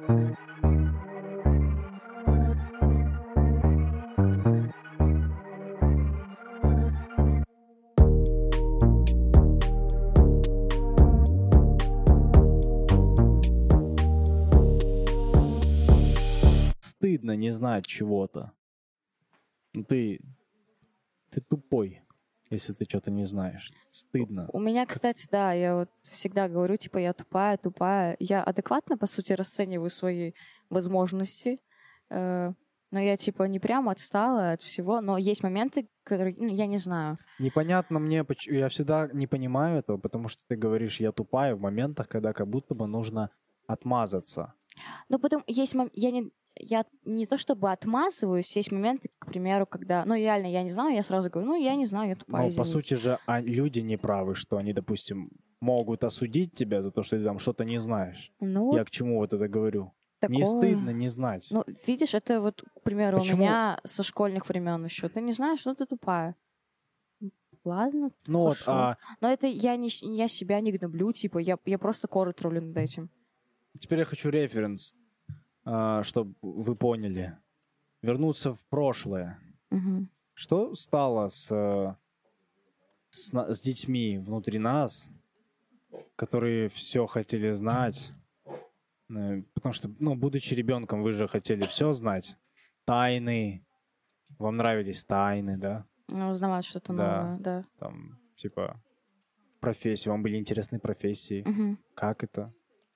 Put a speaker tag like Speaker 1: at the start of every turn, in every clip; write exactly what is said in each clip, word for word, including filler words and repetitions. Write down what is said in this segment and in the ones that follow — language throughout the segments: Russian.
Speaker 1: Стыдно не знать чего-то. Ну, Ты, ты тупой, если ты что-то не знаешь. Стыдно.
Speaker 2: У меня, кстати, да, я вот всегда говорю, типа, я тупая, тупая. Я адекватно, по сути, расцениваю свои возможности, э, но я, типа, не прямо отстала от всего, но есть моменты, которые, ну, я не знаю.
Speaker 1: Непонятно мне, поч- я всегда не понимаю этого, потому что ты говоришь, я тупая в моментах, когда как будто бы нужно отмазаться.
Speaker 2: Ну, потом есть мом- я не я не то чтобы отмазываюсь, есть моменты, к примеру, когда, ну, реально, я не знаю, я сразу говорю, ну, я не знаю, я тупая,
Speaker 1: Но по
Speaker 2: извините.
Speaker 1: сути же а, люди не правы, что они, допустим, могут осудить тебя за то, что ты там что-то не знаешь.
Speaker 2: Ну,
Speaker 1: Я к чему вот это говорю? Не
Speaker 2: такое.
Speaker 1: стыдно не знать.
Speaker 2: Ну, видишь, это вот, к примеру,
Speaker 1: Почему?
Speaker 2: у меня со школьных времен еще. Ты не знаешь, что ты тупая. Ладно,
Speaker 1: Ну вот,
Speaker 2: хорошо.
Speaker 1: а
Speaker 2: Но это я, не, щ- я себя не гноблю, типа, я, я просто коры троллю над этим.
Speaker 1: теперь я хочу референс, чтобы вы поняли. Вернуться в прошлое.
Speaker 2: Мгм.
Speaker 1: Что стало с, э, с, на- с детьми внутри нас, которые все хотели знать? Э, Потому что, ну, будучи ребенком, вы же хотели все знать. Тайны. Вам нравились тайны, да?
Speaker 2: Ну, узнавать что-то
Speaker 1: Да.
Speaker 2: новое, да.
Speaker 1: Там, типа, профессии. Вам были интересны профессии.
Speaker 2: Мгм.
Speaker 1: Как это?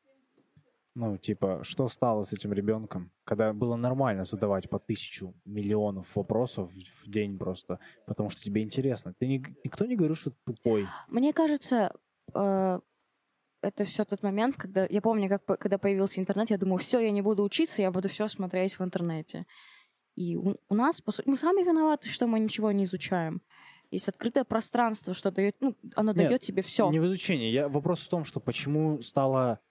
Speaker 1: Ну, типа, что стало с этим ребенком, когда было нормально задавать по тысячу миллионов вопросов в в день просто, потому что тебе интересно. Ты не, никто не говорит, что ты тупой.
Speaker 2: Мне кажется, э, это все тот момент, когда я помню, как по- когда появился интернет, я думаю, все, я не буду учиться, я буду все смотреть в интернете. И у, у нас, по сути, мы сами виноваты, что мы ничего не изучаем. Есть открытое пространство, что дает, ну, оно
Speaker 1: Нет,
Speaker 2: дает тебе все.
Speaker 1: Не в изучении. Я, вопрос в том, что почему стало,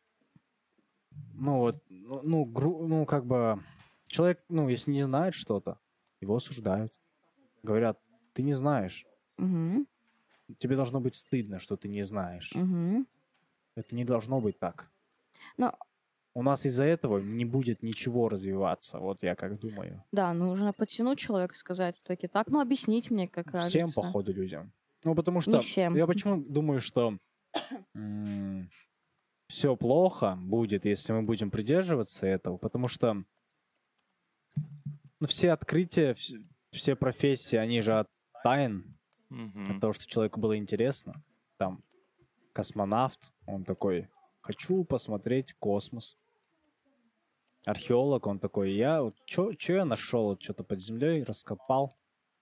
Speaker 1: ну вот, ну, ну, гру- ну, как бы, человек, ну, если не знает что-то, его осуждают. Говорят, ты не знаешь. Тебе должно быть стыдно, что ты не знаешь. Это не должно быть так.
Speaker 2: Но
Speaker 1: У нас из-за этого не будет ничего развиваться, вот я как думаю.
Speaker 2: да, нужно подтянуть человека, сказать таки так, ну, объяснить мне, как кажется.
Speaker 1: Всем, походу, людям. Ну, потому что...
Speaker 2: Не всем.
Speaker 1: Я почему думаю, что все плохо будет, если мы будем придерживаться этого, потому что ну, все открытия, вс- все профессии, они же от тайн,
Speaker 3: Мгм.
Speaker 1: от того, что человеку было интересно. Там космонавт, он такой, хочу посмотреть космос. Археолог, он такой, я вот, что я нашел, вот что-то под землей раскопал.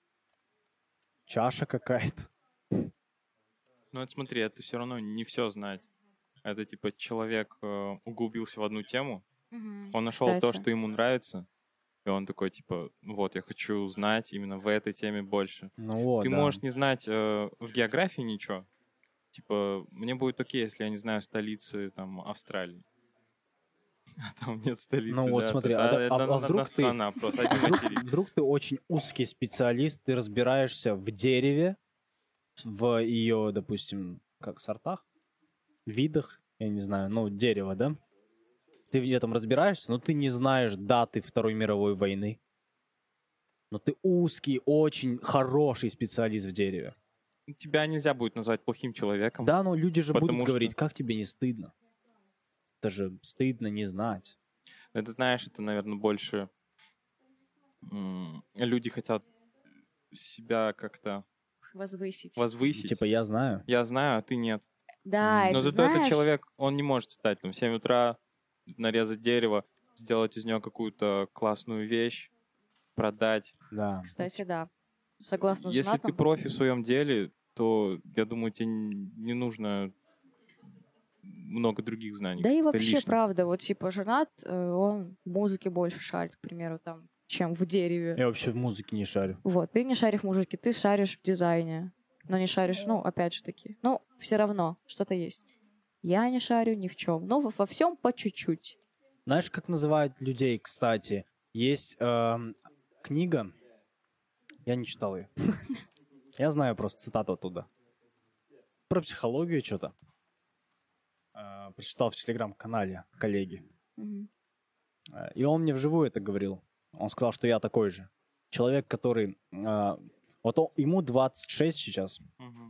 Speaker 1: Чаша какая-то.
Speaker 3: Ну, это смотри, это все равно не все знать. Это типа человек э, углубился в одну тему, он нашел то,
Speaker 2: Кстати.
Speaker 3: что ему нравится, и он такой, типа, вот, я хочу знать именно в этой теме больше.
Speaker 1: Ну вот,
Speaker 3: Ты
Speaker 1: да.
Speaker 3: можешь не знать э, в географии ничего. Типа, мне будет окей, если я не знаю столицы там Австралии. А там нет столицы,
Speaker 1: Ну вот
Speaker 3: да,
Speaker 1: смотри,
Speaker 3: это-
Speaker 1: а да-
Speaker 3: это
Speaker 1: а- а
Speaker 3: одна
Speaker 1: вдруг ты-
Speaker 3: страна, просто один
Speaker 1: Вдруг,
Speaker 3: материк.
Speaker 1: вдруг ты очень узкий специалист, ты разбираешься в дереве, в ее, допустим, как сортах, видах, я не знаю, ну, дерево, да? Ты в этом разбираешься, но ты не знаешь даты Второй мировой войны. Но ты узкий, очень хороший специалист в дереве.
Speaker 3: Тебя нельзя будет назвать плохим человеком.
Speaker 1: Да, но люди же
Speaker 3: Потому
Speaker 1: будут
Speaker 3: что-
Speaker 1: говорить, как тебе не стыдно? Это же стыдно не знать.
Speaker 3: Это, знаешь, это, наверное, больше м, люди хотят себя как-то
Speaker 2: Возвысить.
Speaker 3: возвысить.
Speaker 1: Типа, я знаю.
Speaker 3: Я знаю, а ты нет.
Speaker 2: Да,
Speaker 1: М.
Speaker 2: это
Speaker 3: Но зато
Speaker 2: знаешь...
Speaker 3: этот человек, он не может встать там в семь утра, нарезать дерево, сделать из него какую-то классную вещь, продать.
Speaker 1: Да.
Speaker 2: Кстати, да. Согласна с
Speaker 3: Если ты
Speaker 2: Знатом.
Speaker 3: профи в своем деле, то, я думаю, тебе н- не нужно много других знаний.
Speaker 2: Да и
Speaker 3: каких-то
Speaker 2: вообще,
Speaker 3: лишних.
Speaker 2: правда, вот типа женат, э, он в музыке больше шарит, к примеру, там, чем в дереве.
Speaker 1: Я вообще в музыке не шарю.
Speaker 2: Вот, ты не шаришь в музыке, ты шаришь в дизайне. Но не шаришь, ну, опять же таки. Ну, все равно, что-то есть. Я не шарю ни в чем. Но во, во всем по чуть-чуть.
Speaker 1: Знаешь, как называют людей, кстати? Есть эм, книга, я не читал ее. Я знаю просто цитату оттуда. Про психологию что-то. Э, Прочитал в телеграм-канале коллеги.
Speaker 2: Мгм.
Speaker 1: Э, И он мне вживую это говорил. Он сказал, что я такой же. Человек, который... э, Вот он- ему двадцать шесть сейчас.
Speaker 3: Мгм.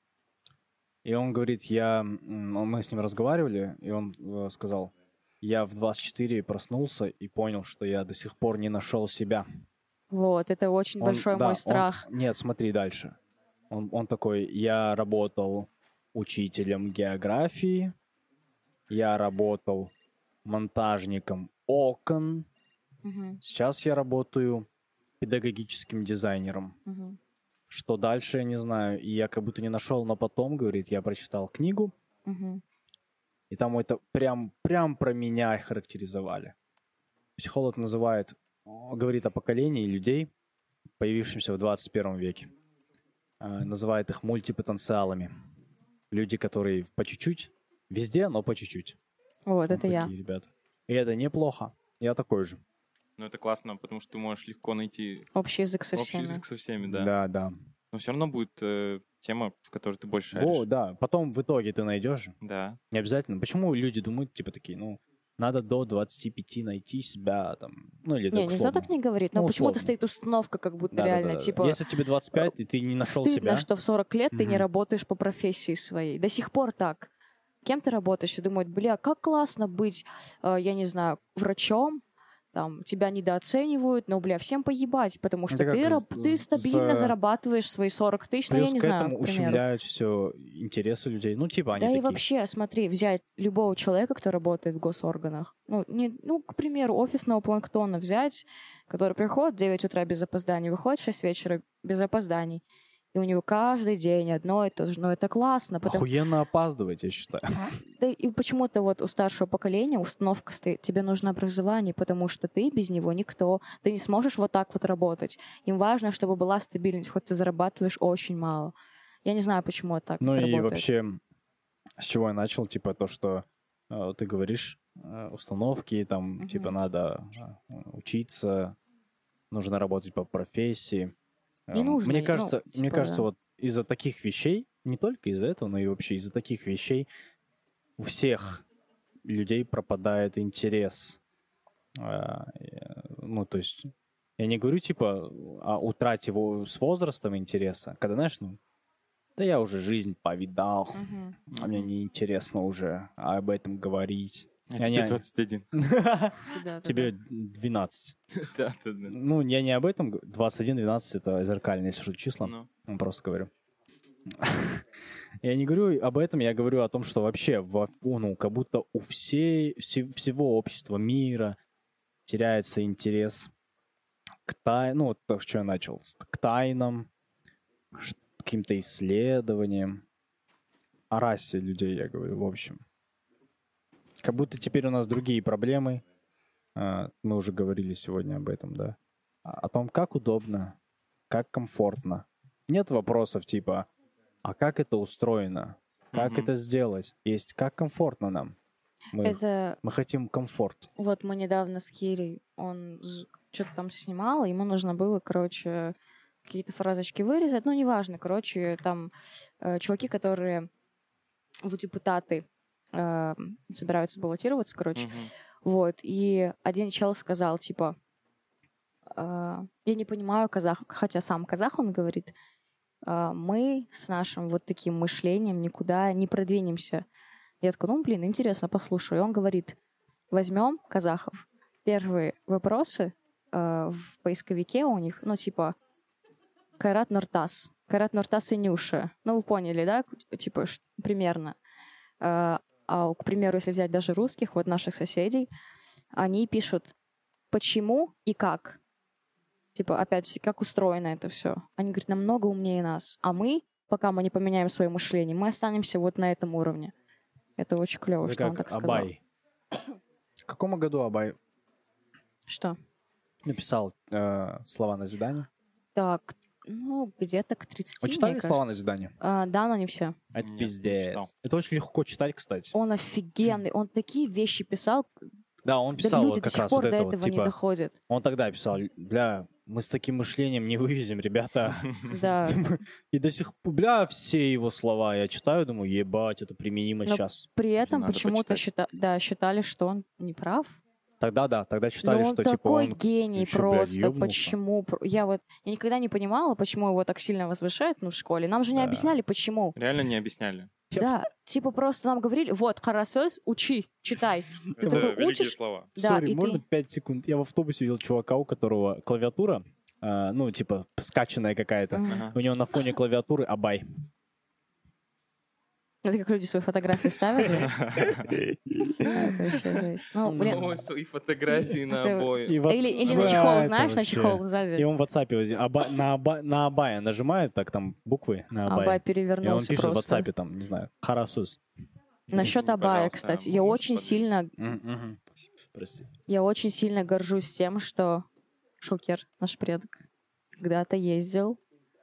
Speaker 1: И он говорит, я... м, Мы с ним разговаривали, и он э, сказал, я в двадцать четыре проснулся и понял, что я до сих пор не нашел себя.
Speaker 2: Вот, это очень
Speaker 1: Он-
Speaker 2: большой
Speaker 1: да,
Speaker 2: мой
Speaker 1: он-
Speaker 2: страх.
Speaker 1: нет, смотри дальше. Он, он такой, я работал учителем географии, я работал монтажником окон,
Speaker 2: Мгм,
Speaker 1: сейчас я работаю педагогическим дизайнером.
Speaker 2: мгм.
Speaker 1: Что дальше, я не знаю. И я как будто не нашел, но потом, говорит, я прочитал книгу,
Speaker 2: Мгм.
Speaker 1: и там это прям, прям про меня характеризовали. Психолог называет, о, говорит о поколении людей, появившемся в двадцать первом веке. А, Называет их мультипотенциалами. Люди, которые по чуть-чуть, везде, но по чуть-чуть.
Speaker 2: Вот,
Speaker 1: Вот
Speaker 2: это я.
Speaker 1: такие ребята. И это неплохо. Я такой же.
Speaker 3: Ну, это классно, потому что ты можешь легко найти
Speaker 2: Общий язык со
Speaker 3: общий
Speaker 2: всеми.
Speaker 3: язык со всеми, да.
Speaker 1: Да, да.
Speaker 3: Но все равно будет э, тема, в которой ты больше шаришь.
Speaker 1: Во, да. Потом в итоге ты найдешь.
Speaker 3: Да.
Speaker 1: Не обязательно. Почему люди думают, типа, такие, ну, надо до двадцати пяти найти себя, там, ну, или
Speaker 2: Не,
Speaker 1: так
Speaker 2: никто
Speaker 1: условно.
Speaker 2: так не говорит, но
Speaker 1: Ну,
Speaker 2: почему-то
Speaker 1: условно.
Speaker 2: стоит установка, как будто
Speaker 1: Да, да,
Speaker 2: реально,
Speaker 1: да, да.
Speaker 2: типа,
Speaker 1: Если тебе двадцать пять, и ты не нашел
Speaker 2: стыдно,
Speaker 1: себя,
Speaker 2: что в сорок лет ты не
Speaker 1: Мгм.
Speaker 2: работаешь по профессии своей. До сих пор так. Кем ты работаешь? И думают, бля, как классно быть, э, я не знаю, врачом, там, тебя недооценивают, но, бля, всем поебать, потому что
Speaker 1: Это
Speaker 2: ты,
Speaker 1: как
Speaker 2: раб-
Speaker 1: з-
Speaker 2: ты стабильно
Speaker 1: з-
Speaker 2: зарабатываешь свои сорок тысяч, ну, я
Speaker 1: плюс
Speaker 2: не
Speaker 1: к
Speaker 2: знаю,
Speaker 1: этому
Speaker 2: к примеру.
Speaker 1: ущемляют все интересы людей. Ну, типа, они
Speaker 2: Да
Speaker 1: такие.
Speaker 2: и вообще, смотри, взять любого человека, кто работает в госорганах, ну, не, ну, к примеру, офисного планктона взять, который приходит в девять утра без опозданий, выходит в шесть вечера без опозданий, и у него каждый день одно и то же, но это классно, потому
Speaker 1: Охуенно опаздывать, я считаю.
Speaker 2: да и почему-то вот у старшего поколения установка стоит, тебе нужно образование, потому что ты без него никто, ты не сможешь вот так вот работать. Им важно, чтобы была стабильность, хоть ты зарабатываешь очень мало. Я не знаю, почему это так
Speaker 1: Ну
Speaker 2: это
Speaker 1: и
Speaker 2: работает.
Speaker 1: вообще, с чего я начал, типа, то, что э, ты говоришь, э, установки, там,
Speaker 2: Мгм.
Speaker 1: типа, надо э, учиться, нужно работать по профессии.
Speaker 2: Не
Speaker 1: Эм,
Speaker 2: нужно,
Speaker 1: Мне
Speaker 2: ну,
Speaker 1: кажется, мне
Speaker 2: типа,
Speaker 1: кажется,
Speaker 2: да.
Speaker 1: вот из-за таких вещей, не только из-за этого, но и вообще из-за таких вещей у всех людей пропадает интерес. А, э, Ну, то есть, я не говорю, типа, о утрате его с возрастом интереса, когда, знаешь, ну, да я уже жизнь повидал,
Speaker 2: Мгм.
Speaker 1: а мне неинтересно уже об этом говорить.
Speaker 3: А
Speaker 1: Я
Speaker 3: тебе
Speaker 1: не-
Speaker 3: двадцать один.
Speaker 2: Да, да,
Speaker 1: Тебе двенадцать.
Speaker 3: Да, да, да.
Speaker 1: Ну, я не об этом. г- двадцать один, двенадцать это зеркальные, если что, числа.
Speaker 3: Ну,
Speaker 1: Я просто говорю. Я не говорю об этом, я говорю о том, что вообще, во- ну, как будто у всей, все- всего общества мира теряется интерес к тай... ну, вот то, что я начал, с- к тайнам, к ш- каким-то исследованиям, о расе людей, я говорю, в общем. Как будто теперь у нас другие проблемы. А, Мы уже говорили сегодня об этом, да. О том, как удобно, как комфортно. Нет вопросов типа, а как это устроено? Как
Speaker 3: Мгм.
Speaker 1: это сделать? Есть, как комфортно нам. Мы,
Speaker 2: Это
Speaker 1: мы хотим комфорт.
Speaker 2: вот мы недавно с Кирей, он что-то там снимал, ему нужно было, короче, какие-то фразочки вырезать, ну, неважно, короче, там э, чуваки, которые в депутаты э, собираются баллотироваться, короче,
Speaker 3: мгм.
Speaker 2: вот, и один чел сказал, типа, э, я не понимаю казах, хотя сам казах, он говорит, э, мы с нашим вот таким мышлением никуда не продвинемся. Я такой, ну, блин, интересно, послушаю. И он говорит, возьмем казахов. Первые вопросы э, в поисковике у них, ну, типа, Кайрат Нуртас. Кайрат Нуртас и Нюша. Ну, вы поняли, да? Типа, ш- примерно. Э, а, к примеру, если взять даже русских, вот наших соседей, они пишут, почему и как. Типа, опять же, как устроено это все. Они говорят, намного умнее нас. А мы, пока мы не поменяем свое мышление, мы останемся вот на этом уровне. Это очень клево,
Speaker 1: Это
Speaker 2: что он
Speaker 1: как
Speaker 2: так сказал.
Speaker 1: Абай. В каком году Абай
Speaker 2: Что?
Speaker 1: написал э, слова назидания?
Speaker 2: Так, ну, где-то к тридцати,
Speaker 1: Вы
Speaker 2: мне
Speaker 1: читали слова
Speaker 2: кажется.
Speaker 1: назидания?
Speaker 2: А, да, но не все.
Speaker 1: Это
Speaker 3: Нет, не
Speaker 1: пиздец.
Speaker 3: читал.
Speaker 1: Это очень легко читать, кстати.
Speaker 2: Он офигенный, он такие вещи писал,
Speaker 1: Да, он
Speaker 2: да
Speaker 1: писал
Speaker 2: люди
Speaker 1: вот
Speaker 2: до
Speaker 1: как
Speaker 2: сих
Speaker 1: раз
Speaker 2: пор
Speaker 1: вот
Speaker 2: до
Speaker 1: это
Speaker 2: этого
Speaker 1: вот,
Speaker 2: не
Speaker 1: типа,
Speaker 2: доходят.
Speaker 1: он тогда писал, бля, мы с таким мышлением не вывезем, ребята.
Speaker 2: Да.
Speaker 1: И до сих пор, бля, все его слова я читаю, думаю, ебать, это применимо
Speaker 2: Но
Speaker 1: сейчас.
Speaker 2: При этом
Speaker 3: надо
Speaker 2: почему-то
Speaker 3: почитать.
Speaker 2: счита... да, считали, что он не прав.
Speaker 1: Тогда да, тогда считали,
Speaker 2: Но он
Speaker 1: что типа
Speaker 2: такой
Speaker 1: он...
Speaker 2: гений
Speaker 1: ты чё, блядь,
Speaker 2: просто.
Speaker 1: ёбнулся?
Speaker 2: Почему? Про- Я вот я никогда не понимала, почему его так сильно возвышают, ну, в школе. Нам же не
Speaker 1: Да.
Speaker 2: объясняли, почему.
Speaker 3: Реально не объясняли.
Speaker 2: Да, типа просто нам говорили, вот, харасос, учи, читай. Ты
Speaker 3: Это
Speaker 2: такой
Speaker 3: великие
Speaker 2: учишь,
Speaker 3: слова.
Speaker 2: да,
Speaker 1: Сори,
Speaker 2: и
Speaker 1: можно
Speaker 2: ты...
Speaker 1: пять секунд? Я в автобусе видел чувака, у которого клавиатура, а, ну, типа, скачанная какая-то.
Speaker 2: Мгм.
Speaker 3: Ага.
Speaker 1: У него на фоне клавиатуры Абай.
Speaker 2: Это как люди свои фотографии ставят же. Это вообще жесть. Ну, блин.
Speaker 3: Ой, свои фотографии на
Speaker 2: Это-
Speaker 3: обои.
Speaker 1: И в отц-
Speaker 2: Или, или на
Speaker 1: Да,
Speaker 2: чехол,
Speaker 1: это
Speaker 2: знаешь, на
Speaker 1: вообще.
Speaker 2: чехол
Speaker 1: И
Speaker 2: сзади.
Speaker 1: он в WhatsApp вот, аба- на, аба- на Абая нажимает, так там буквы на Абая.
Speaker 2: Абай
Speaker 1: И он
Speaker 2: перевернулся
Speaker 1: пишет в
Speaker 2: просто.
Speaker 1: WhatsApp, там, не знаю, Харасус.
Speaker 2: Насчет
Speaker 3: Извини,
Speaker 2: Абая,
Speaker 3: пожалуйста,
Speaker 2: кстати,
Speaker 3: а
Speaker 2: я
Speaker 3: можешь
Speaker 2: очень
Speaker 3: подвинуть?
Speaker 2: сильно,
Speaker 1: Мгм. Прости.
Speaker 2: я очень сильно горжусь тем, что Шокер, наш предок, когда-то ездил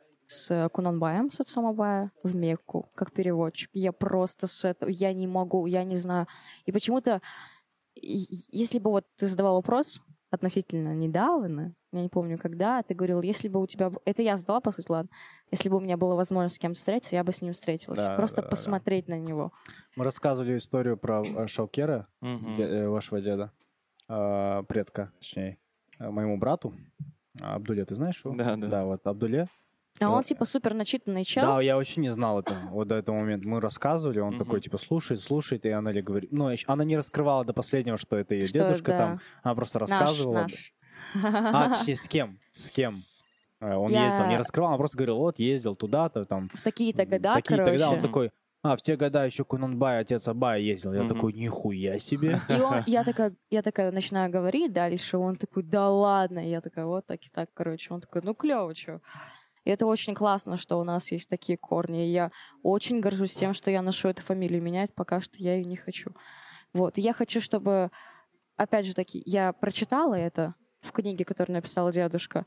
Speaker 2: с Кунанбаем, с отцом Абая, в Мекку, как переводчик. Я просто с этого, я не могу, я не знаю. И почему-то, и- если бы вот ты задавал вопрос относительно недавно, я не помню когда, ты говорил, если бы у тебя... б- Это я задала, по сути, ладно. Если бы у меня была возможность с кем-то встретиться, я бы с ним встретилась.
Speaker 1: Да,
Speaker 2: Просто
Speaker 1: да, да.
Speaker 2: посмотреть на него.
Speaker 1: Мы рассказывали историю про э, Шаукера,
Speaker 3: Мгм.
Speaker 1: де- э, вашего деда, э, предка, точнее, э, моему брату. А, Абдуле, ты знаешь его?
Speaker 3: Да, да.
Speaker 1: Да, вот Абдуле.
Speaker 2: А он,
Speaker 1: Э,
Speaker 2: типа, супер начитанный чел.
Speaker 1: Да, я вообще не знал этого. Вот до этого момента мы рассказывали, он
Speaker 3: Мгм.
Speaker 1: такой, типа, слушает, слушает, и она ли говорит... Ну, ещё- она не раскрывала до последнего, что это ее
Speaker 2: Что,
Speaker 1: дедушка
Speaker 2: да.
Speaker 1: там. Она просто
Speaker 2: Наш,
Speaker 1: рассказывала.
Speaker 2: наш.
Speaker 1: А, точнее, с кем? С кем? Э, Он
Speaker 2: Я-
Speaker 1: ездил, не раскрывал, он просто говорил, вот, ездил туда-то, там...
Speaker 2: В такие-то года,
Speaker 1: такие-то
Speaker 2: короче.
Speaker 1: года. Он такой, а, в те года еще Кунанбай, отец Абая ездил. Я
Speaker 3: Мгм.
Speaker 1: такой, нихуя себе.
Speaker 2: И он, я такая, я такая начинаю говорить дальше, он такой, да ладно, я такая, вот так и так, короче, он такой, ну клево, чё. И это очень классно, что у нас есть такие корни, и я очень горжусь тем, что я ношу эту фамилию, менять пока что я ее не хочу. Вот, и я хочу, чтобы, опять же таки, я прочитала это в книге, которую написал дедушка,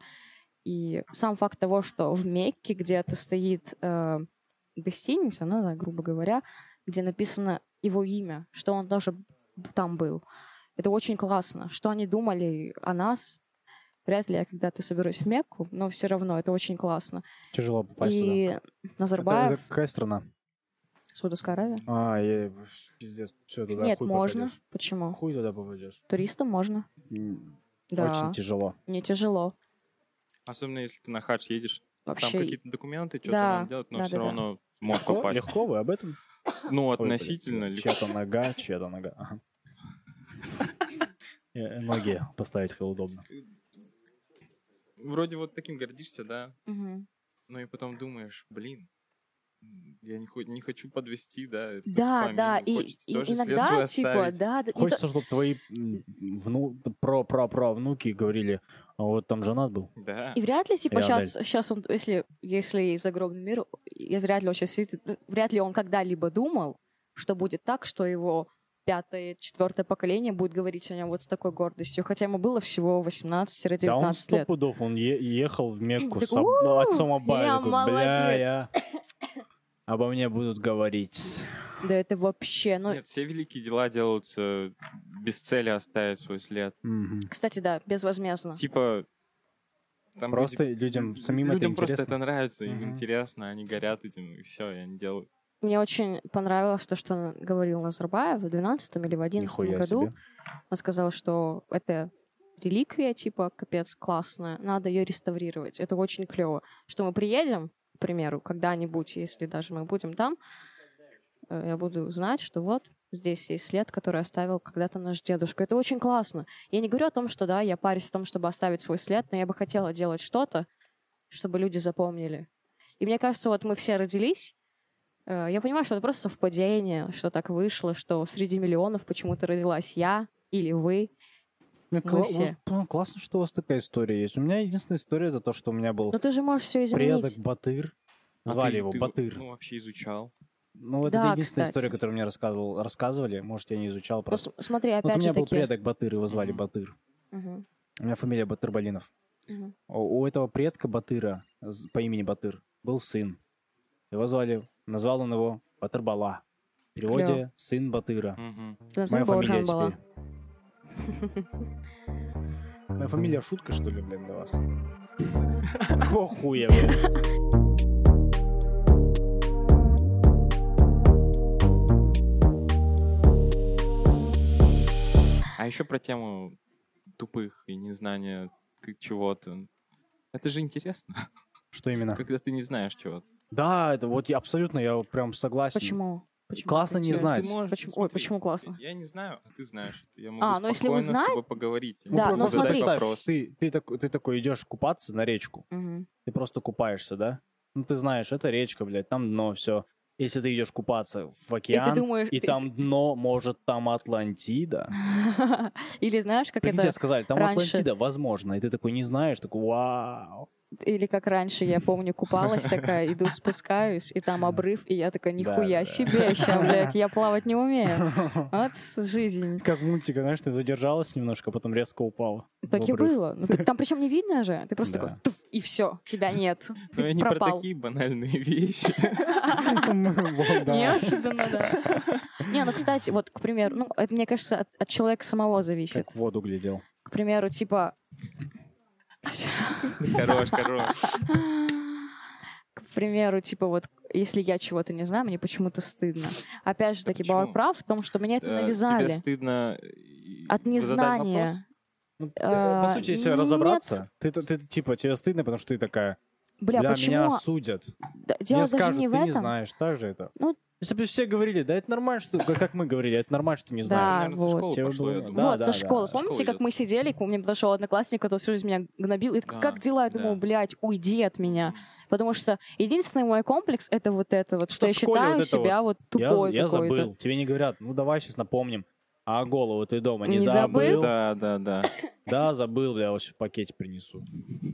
Speaker 2: и сам факт того, что в Мекке где-то стоит э, гостиница, ну да, грубо говоря, где написано его имя, что он тоже там был. Это очень классно. Что они думали о нас, вряд ли я когда-то соберусь в Мекку, но все равно это очень классно.
Speaker 1: Тяжело попасть туда.
Speaker 2: И Назарбаев,
Speaker 1: Это какая страна?
Speaker 2: Саудовская Аравия.
Speaker 1: А, я, пиздец, все, туда
Speaker 2: Нет,
Speaker 1: хуй
Speaker 2: можно.
Speaker 1: попадешь.
Speaker 2: Почему?
Speaker 1: Хуй туда попадешь.
Speaker 2: Туристам можно.
Speaker 1: М,
Speaker 2: Да.
Speaker 1: Очень тяжело.
Speaker 2: Не тяжело.
Speaker 3: Особенно если ты на хадж едешь. Там
Speaker 2: Вообще.
Speaker 3: какие-то документы, что-то
Speaker 2: Да,
Speaker 3: надо делать, но
Speaker 2: да,
Speaker 3: все
Speaker 2: да, да.
Speaker 3: равно можешь
Speaker 1: Легко?
Speaker 3: попасть.
Speaker 1: Легко вы об этом?
Speaker 3: Ну,
Speaker 1: Ой, блядь,
Speaker 3: относительно легко.
Speaker 1: Чья-то нога, чья-то нога. Ага. Э, Ноги поставить как удобно.
Speaker 3: Вроде вот таким гордишься, да,
Speaker 2: Мгм.
Speaker 3: но и потом думаешь, блин, м, я не, хо- не хочу подвести, да, эту
Speaker 2: Да,
Speaker 3: фамилию.
Speaker 2: да, и,
Speaker 3: Хочется
Speaker 2: и
Speaker 3: тоже след
Speaker 2: иногда,
Speaker 3: свой
Speaker 2: типа,
Speaker 3: оставить.
Speaker 2: да, да, не то-
Speaker 1: Хочется, чтобы твои м, вну... про про про внуки говорили, а вот там женат был.
Speaker 3: Да.
Speaker 2: И вряд ли, типа,
Speaker 1: Реаль.
Speaker 2: сейчас, сейчас он, если, если загробный мир, я вряд ли он сейчас сидит, ну, вряд ли он когда-либо думал, что будет так, что его пятое, четвертое поколение будет говорить о нем вот с такой гордостью, хотя ему было всего
Speaker 1: Да он
Speaker 2: восемнадцать-девятнадцать
Speaker 1: сто
Speaker 2: лет.
Speaker 1: пудов, он е- ехал в Мекку
Speaker 2: Так,
Speaker 1: с об- ну, отцом Абая.
Speaker 2: я
Speaker 1: Такой, бля,
Speaker 2: молодец».
Speaker 1: я... Обо мне будут говорить.
Speaker 2: Да это вообще, ну,
Speaker 3: Нет, все великие дела делаются без цели оставить свой след.
Speaker 1: Мгм.
Speaker 2: кстати, да, безвозмездно.
Speaker 3: Типа, там
Speaker 1: Просто
Speaker 3: люди-
Speaker 1: людям самим это
Speaker 3: людям просто
Speaker 1: интересно.
Speaker 3: это нравится, им
Speaker 1: Мгм.
Speaker 3: интересно, они горят этим, и все, и они делают.
Speaker 2: Мне очень понравилось то, что он говорил Назарбаев в двенадцатом или в одиннадцатом
Speaker 1: Нихуя
Speaker 2: году.
Speaker 1: себе.
Speaker 2: Он сказал, что это реликвия, типа, капец, классная, надо ее реставрировать. Это очень клево. Что мы приедем, к примеру, когда-нибудь, если даже мы будем там, э, я буду знать, что вот здесь есть след, который оставил когда-то наш дедушка. Это очень классно. Я не говорю о том, что, да, я парюсь в том, чтобы оставить свой след, но я бы хотела делать что-то, чтобы люди запомнили. И мне кажется, вот мы все родились, э, я понимаю, что это просто совпадение, что так вышло, что среди миллионов почему-то родилась я или вы.
Speaker 1: Ну,
Speaker 2: Мы
Speaker 1: кла-
Speaker 2: все.
Speaker 1: вот, ну, классно, что у вас такая история есть. У меня единственная история это то, что у меня был
Speaker 2: Но ты же можешь все
Speaker 1: предок
Speaker 2: изменить.
Speaker 1: Батыр.
Speaker 3: А
Speaker 1: Звали
Speaker 3: ты-
Speaker 1: его
Speaker 3: ты,
Speaker 1: Батыр.
Speaker 3: Ну, вообще изучал.
Speaker 1: Ну, это
Speaker 2: Да,
Speaker 1: единственная
Speaker 2: кстати.
Speaker 1: история, которую мне рассказывал, рассказывали. Может, я не изучал
Speaker 2: Ну,
Speaker 1: просто.
Speaker 2: с- смотри,
Speaker 1: Вот у
Speaker 2: опять
Speaker 1: меня
Speaker 2: же
Speaker 1: был
Speaker 2: таки.
Speaker 1: предок Батыр, его звали
Speaker 3: Мгм.
Speaker 1: Батыр.
Speaker 2: Мгм,
Speaker 1: У меня фамилия Батыр-Балинов.
Speaker 2: мгм.
Speaker 1: У, у этого предка Батыра з- по имени Батыр был сын. Его звали, назвал он его Батыр-Бала. В переводе
Speaker 2: Клёво.
Speaker 1: сын Батыра.
Speaker 3: Мгм.
Speaker 2: Ты
Speaker 1: Моя
Speaker 2: назови
Speaker 1: фамилия
Speaker 2: Божан была.
Speaker 1: теперь. Моя фамилия шутка, что ли, блин, для вас? Какого хуя, блин?
Speaker 3: А еще про тему тупых и незнания к- чего-то. Это же интересно,
Speaker 1: Что именно?
Speaker 3: когда ты не знаешь чего-то.
Speaker 1: Да, это вот я абсолютно, я вот прям согласен.
Speaker 2: Почему? Почему
Speaker 1: Классно
Speaker 2: это
Speaker 1: не
Speaker 2: интересно?
Speaker 1: знать.
Speaker 3: Ты можешь-
Speaker 2: Почему- ой,
Speaker 3: смотри,
Speaker 2: почему классно?
Speaker 3: Я не знаю, а ты знаешь. это. Я могу
Speaker 2: А, ну если вы
Speaker 3: спокойно с
Speaker 2: знаете-
Speaker 3: тобой поговорить.
Speaker 2: Да,
Speaker 1: Ну,
Speaker 2: но
Speaker 1: просто
Speaker 3: задать
Speaker 2: смотри.
Speaker 3: вопрос.
Speaker 1: Ты, ты, такой, ты такой идешь купаться на речку,
Speaker 2: Мгм.
Speaker 1: ты просто купаешься, да? Ну, ты знаешь, это речка, блядь, там дно, все. Если ты идешь купаться в
Speaker 2: И
Speaker 1: океан,
Speaker 2: ты думаешь...
Speaker 1: и
Speaker 2: ты-
Speaker 1: там дно, может, там Атлантида.
Speaker 2: Или знаешь, как
Speaker 1: Прикинь,
Speaker 2: это...
Speaker 1: тебе сказали, там
Speaker 2: раньше-
Speaker 1: Атлантида, возможно. И ты такой не знаешь, такой, вау.
Speaker 2: Или как раньше, я помню, купалась такая, иду спускаюсь, и там обрыв, и я такая, нихуя
Speaker 1: Да, да.
Speaker 2: себе, ща, блядь, я плавать не умею. Вот жизнь.
Speaker 1: Как в мультике, знаешь, ты задержалась немножко, а потом резко упала. в
Speaker 2: Так и
Speaker 1: обрыв.
Speaker 2: было. Ну, ты- там причем не видно же. Ты просто
Speaker 1: Да.
Speaker 2: такой, туф, и все, тебя нет.
Speaker 3: Но я не про
Speaker 2: Пропал.
Speaker 3: такие банальные вещи.
Speaker 1: Вот, да.
Speaker 2: Неожиданно, да. Не, ну, кстати, вот, к примеру, ну, это, мне кажется, от, от человека самого зависит.
Speaker 1: Как в воду глядел.
Speaker 2: К примеру, типа...
Speaker 3: Хорош, хорош.
Speaker 2: К примеру, типа вот, если я чего-то не знаю, мне почему-то стыдно. Опять же
Speaker 3: Да
Speaker 2: таки,
Speaker 3: почему?
Speaker 2: Бауэр прав в том, что меня это
Speaker 3: Э,
Speaker 2: навязали.
Speaker 3: Тебе стыдно и-
Speaker 2: От
Speaker 3: задать вопрос?
Speaker 2: незнания.
Speaker 1: Ну,
Speaker 2: А,
Speaker 1: по сути, если
Speaker 2: нет.
Speaker 1: разобраться, ты, ты, ты, типа, тебе стыдно, потому что ты такая,
Speaker 2: Бля,
Speaker 1: бля,
Speaker 2: почему?
Speaker 1: меня осудят.
Speaker 2: Да, дело
Speaker 1: Мне
Speaker 2: даже
Speaker 1: скажут,
Speaker 2: не
Speaker 1: ты
Speaker 2: в
Speaker 1: не
Speaker 2: этом.
Speaker 1: знаешь, так же это.
Speaker 2: Ну-
Speaker 1: Если бы все говорили, да это нормально, что как как мы говорили, это нормально, что ты не
Speaker 2: Да,
Speaker 1: знаешь.
Speaker 3: Наверное, со
Speaker 2: вот.
Speaker 3: школы
Speaker 1: Тебе
Speaker 3: пошло,
Speaker 1: было-
Speaker 3: я
Speaker 1: Да,
Speaker 3: думаю.
Speaker 2: Вот,
Speaker 1: да,
Speaker 2: со школы.
Speaker 3: Со
Speaker 2: Помните,
Speaker 3: школы
Speaker 2: как
Speaker 3: идет.
Speaker 2: мы сидели, ко мне подошел одноклассник, который всю жизнь меня гнобил, и такой,
Speaker 3: Да,
Speaker 2: как дела? Я
Speaker 3: да.
Speaker 2: думаю, блядь, уйди от меня. Потому что единственный мой комплекс — это вот это вот, что
Speaker 1: Что
Speaker 2: я
Speaker 1: в школе
Speaker 2: считаю
Speaker 1: вот это
Speaker 2: себя вот
Speaker 1: Я,
Speaker 2: тупой
Speaker 1: я
Speaker 2: какой-то.
Speaker 1: забыл. Тебе не говорят, ну давай сейчас напомним. А голову ты дома не,
Speaker 2: Не забыл?
Speaker 1: забыл?
Speaker 3: Да, да, да.
Speaker 1: Да, забыл, бля, вот сейчас в пакете принесу.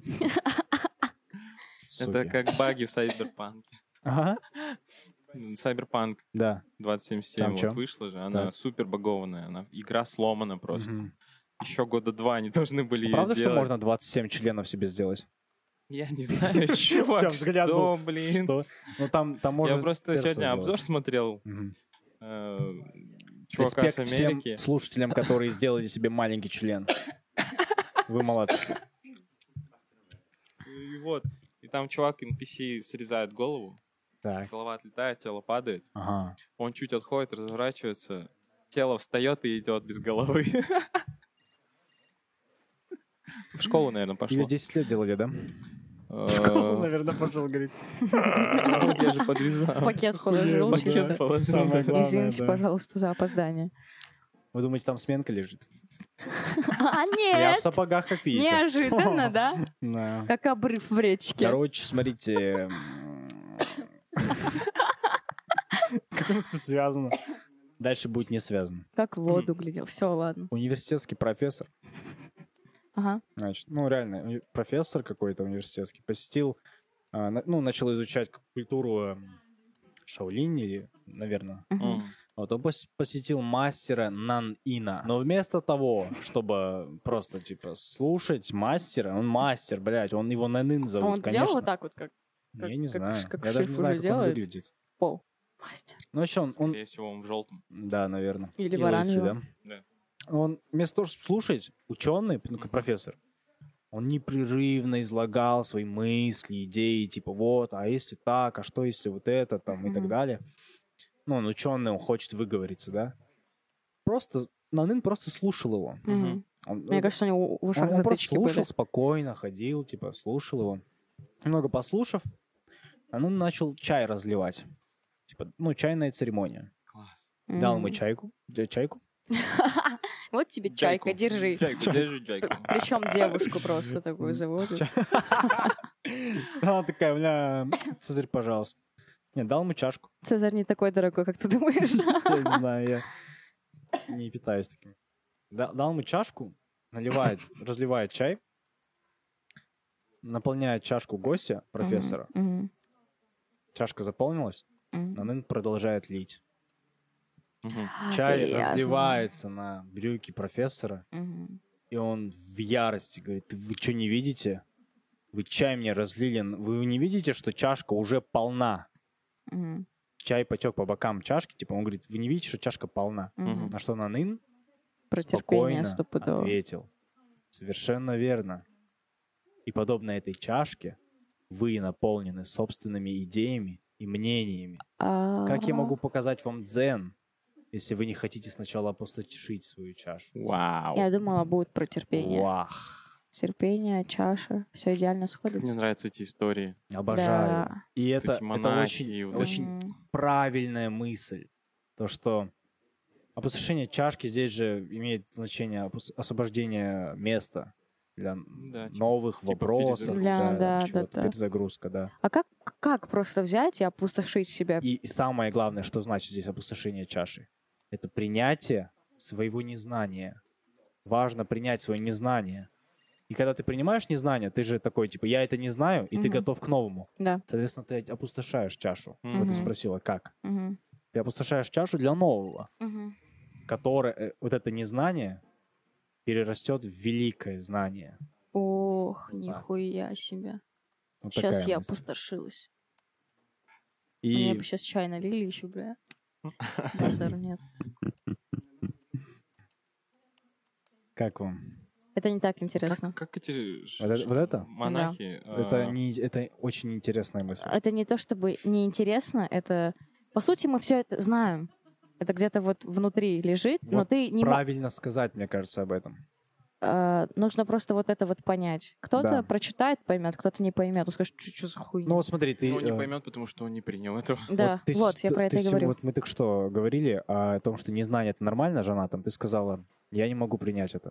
Speaker 3: Это
Speaker 1: Суки.
Speaker 3: как баги в Сайберпанке.
Speaker 1: Ага,
Speaker 3: Сайберпанк
Speaker 1: да.
Speaker 3: двадцать семьдесят
Speaker 1: Там
Speaker 3: семь
Speaker 1: чё?
Speaker 3: вот вышла же, она
Speaker 1: Так.
Speaker 3: супер багованная, она игра сломана просто.
Speaker 1: Мгм.
Speaker 3: Еще года два они должны были
Speaker 1: А
Speaker 3: её
Speaker 1: правда, что
Speaker 3: делать.
Speaker 1: можно двадцать семь членов себе сделать?
Speaker 3: Я не знаю, чувак,
Speaker 1: Чё, взгляд был?
Speaker 3: что, блин.
Speaker 1: Что? Ну там, там можно
Speaker 3: Я просто
Speaker 1: перса
Speaker 3: сегодня
Speaker 1: сделать.
Speaker 3: обзор смотрел
Speaker 1: Мгм.
Speaker 3: э, чувака с
Speaker 1: Респект всем
Speaker 3: Америки.
Speaker 1: слушателям, которые сделали себе маленький член. Вы молодцы.
Speaker 3: И вот, и там чувак эн пи си срезает голову,
Speaker 1: Так,
Speaker 3: голова отлетает, тело падает,
Speaker 1: ага.
Speaker 3: он чуть отходит, разворачивается, тело встает и идет без головы. В школу, наверное,
Speaker 1: Ее
Speaker 3: пошло.
Speaker 1: десять лет делали, да?
Speaker 3: Э,
Speaker 1: наверное, пошел, говорит.
Speaker 3: вот Я же
Speaker 2: В
Speaker 3: подрезал.
Speaker 2: пакет положил
Speaker 3: пакет
Speaker 2: чисто.
Speaker 3: положил.
Speaker 1: Самое главное,
Speaker 2: Извините,
Speaker 1: да.
Speaker 2: пожалуйста, за опоздание.
Speaker 1: Вы думаете, там сменка лежит?
Speaker 2: А,
Speaker 1: Я в
Speaker 2: нет!
Speaker 1: сапогах, как видите.
Speaker 2: Неожиданно, да?
Speaker 1: Да.
Speaker 2: Как обрыв в речке.
Speaker 1: Короче, смотрите. м, Как оно все связано? Дальше будет не связано.
Speaker 2: Как в воду глядел. Все, ладно.
Speaker 1: Университетский профессор,
Speaker 2: Ага.
Speaker 1: значит, ну реально, уни- профессор какой-то университетский, посетил, а, на- ну, начал изучать к- культуру эм, Шаолинь, или, наверное.
Speaker 2: Мгм.
Speaker 3: М.
Speaker 1: Вот он пос- посетил мастера Нан-Ина. Но вместо того, чтобы просто, типа, слушать мастера, он мастер, блядь, он его Нан-Ин
Speaker 2: А
Speaker 1: зовут,
Speaker 2: он
Speaker 1: конечно.
Speaker 2: делал вот так вот, как
Speaker 1: Я не
Speaker 2: как-
Speaker 1: знаю.
Speaker 2: как
Speaker 1: Я даже не
Speaker 2: шиф
Speaker 1: знаю,
Speaker 2: уже
Speaker 1: как он
Speaker 2: делает?
Speaker 1: выглядит.
Speaker 2: пол? Мастер.
Speaker 1: Ну, еще он, он-
Speaker 3: Скорее всего, он в желтом.
Speaker 1: Да, наверное.
Speaker 2: Или
Speaker 1: И
Speaker 2: в
Speaker 1: лысый,
Speaker 2: оранжевом.
Speaker 3: Да.
Speaker 1: Он вместо того, чтобы слушать, ученый, ну, как
Speaker 3: Мгм.
Speaker 1: профессор, он непрерывно излагал свои мысли, идеи, типа, вот, а если так, а что если вот это, там, и так
Speaker 2: Мгм.
Speaker 1: далее. Ну, он ученый, он хочет выговориться, да. Просто, Нанын просто слушал его.
Speaker 2: Мгм.
Speaker 1: Он,
Speaker 2: Мне кажется, у него в
Speaker 1: он-
Speaker 2: ушах
Speaker 1: он просто
Speaker 2: затычки
Speaker 1: слушал
Speaker 2: были.
Speaker 1: спокойно, ходил, типа, слушал его. Немного послушав, Нанын начал чай разливать. Типа, ну, чайная церемония.
Speaker 3: Класс.
Speaker 1: Дал ему
Speaker 2: Мгм.
Speaker 1: чайку, э, чайку.
Speaker 2: Вот тебе чайка, держи.
Speaker 3: Чайку, держи чайку.
Speaker 2: Причем девушку просто такую заводят.
Speaker 1: Она такая, бля, Цезарь, пожалуйста. Не, дал ему чашку.
Speaker 2: Цезарь не такой дорогой, как ты думаешь.
Speaker 1: Я не знаю, я не питаюсь таким. Да- Дал ему чашку, наливает, разливает чай, наполняет чашку гостя, профессора.
Speaker 2: Мгм.
Speaker 1: Чашка заполнилась,
Speaker 2: Мгм.
Speaker 1: Нанын продолжает лить.
Speaker 3: Мгм.
Speaker 1: Чай
Speaker 2: Ясно.
Speaker 1: разливается на брюки профессора,
Speaker 2: Мгм.
Speaker 1: и он в ярости говорит: вы что, не видите? Вы чай мне разлили, вы не видите, что чашка уже полна?
Speaker 2: Мгм.
Speaker 1: Чай потек по бокам чашки, типа он говорит: вы не видите, что чашка полна?
Speaker 2: Мгм.
Speaker 1: На что Нанын
Speaker 2: Про
Speaker 1: спокойно
Speaker 2: терпение стопудово.
Speaker 1: ответил: совершенно верно. И подобно этой чашке, вы наполнены собственными идеями и мнениями. Как я могу показать вам дзен, если вы не хотите сначала опустошить свою чашу.
Speaker 3: Вау.
Speaker 2: Я думала, будет про терпение.
Speaker 1: Вах.
Speaker 2: Терпение, чаша, все идеально
Speaker 3: Как мне
Speaker 2: сходится.
Speaker 3: нравятся эти истории.
Speaker 1: Обожаю.
Speaker 2: Да.
Speaker 1: И
Speaker 3: Вот
Speaker 1: это,
Speaker 3: эти
Speaker 1: это
Speaker 3: монахи,
Speaker 1: очень,
Speaker 3: вот эти-
Speaker 1: очень
Speaker 2: Мгм.
Speaker 1: правильная мысль. То, что опустошение чашки здесь же имеет значение опус- освобождение места для
Speaker 3: Да, типа-
Speaker 1: новых
Speaker 3: типа
Speaker 1: вопросов.
Speaker 3: перезагрузка.
Speaker 2: Да, да,
Speaker 1: чего-то,
Speaker 2: да, да.
Speaker 1: перезагрузка, да.
Speaker 2: А как, как просто взять и опустошить себя?
Speaker 1: И, и самое главное, что значит здесь опустошение чаши, это принятие своего незнания. Важно принять свое незнание. И когда ты принимаешь незнание, ты же такой, типа, я это не знаю, и ты
Speaker 2: Мгм.
Speaker 1: готов к новому.
Speaker 2: Да.
Speaker 1: Соответственно, ты опустошаешь чашу.
Speaker 3: Мгм.
Speaker 1: Вот ты
Speaker 2: Мгм.
Speaker 1: спросила, как?
Speaker 2: Мгм.
Speaker 1: Ты опустошаешь чашу для нового,
Speaker 2: Мгм.
Speaker 1: которое, э, вот это незнание перерастет в великое знание.
Speaker 2: Ох,
Speaker 1: Вот так.
Speaker 2: нихуя себе.
Speaker 1: Вот
Speaker 2: Сейчас
Speaker 1: такая
Speaker 2: я
Speaker 1: мысль.
Speaker 2: опустошилась.
Speaker 1: И
Speaker 2: Мне бы сейчас чай налили еще, бля. Базар нет.
Speaker 1: как вам?
Speaker 2: Это не так интересно.
Speaker 3: Как, как эти ш-
Speaker 1: Вот это-
Speaker 3: ш-
Speaker 1: вот это?
Speaker 3: монахи?
Speaker 1: Это,
Speaker 3: а,
Speaker 1: не, это очень интересная мысль.
Speaker 2: Это не то, чтобы неинтересно, это... По сути, мы все это знаем. Это где-то вот внутри лежит, но
Speaker 1: Вот
Speaker 2: ты не... мо-
Speaker 1: Правильно сказать, мне кажется, об этом.
Speaker 2: э, нужно просто вот это вот понять. Кто-то
Speaker 1: Да.
Speaker 2: прочитает, поймет, кто-то не поймет. Он скажет, что за хуйня?
Speaker 1: Ну вот смотри, ты...
Speaker 3: ну, он не
Speaker 1: э,
Speaker 3: поймет, потому что он не принял этого.
Speaker 2: да,
Speaker 1: ты с-
Speaker 2: вот, я
Speaker 1: ты-
Speaker 2: про это
Speaker 1: ты
Speaker 2: и
Speaker 1: с-
Speaker 2: говорю.
Speaker 1: Вот мы только что говорили о том, что незнание — это нормально, женатым. Ты сказала, я не могу принять это.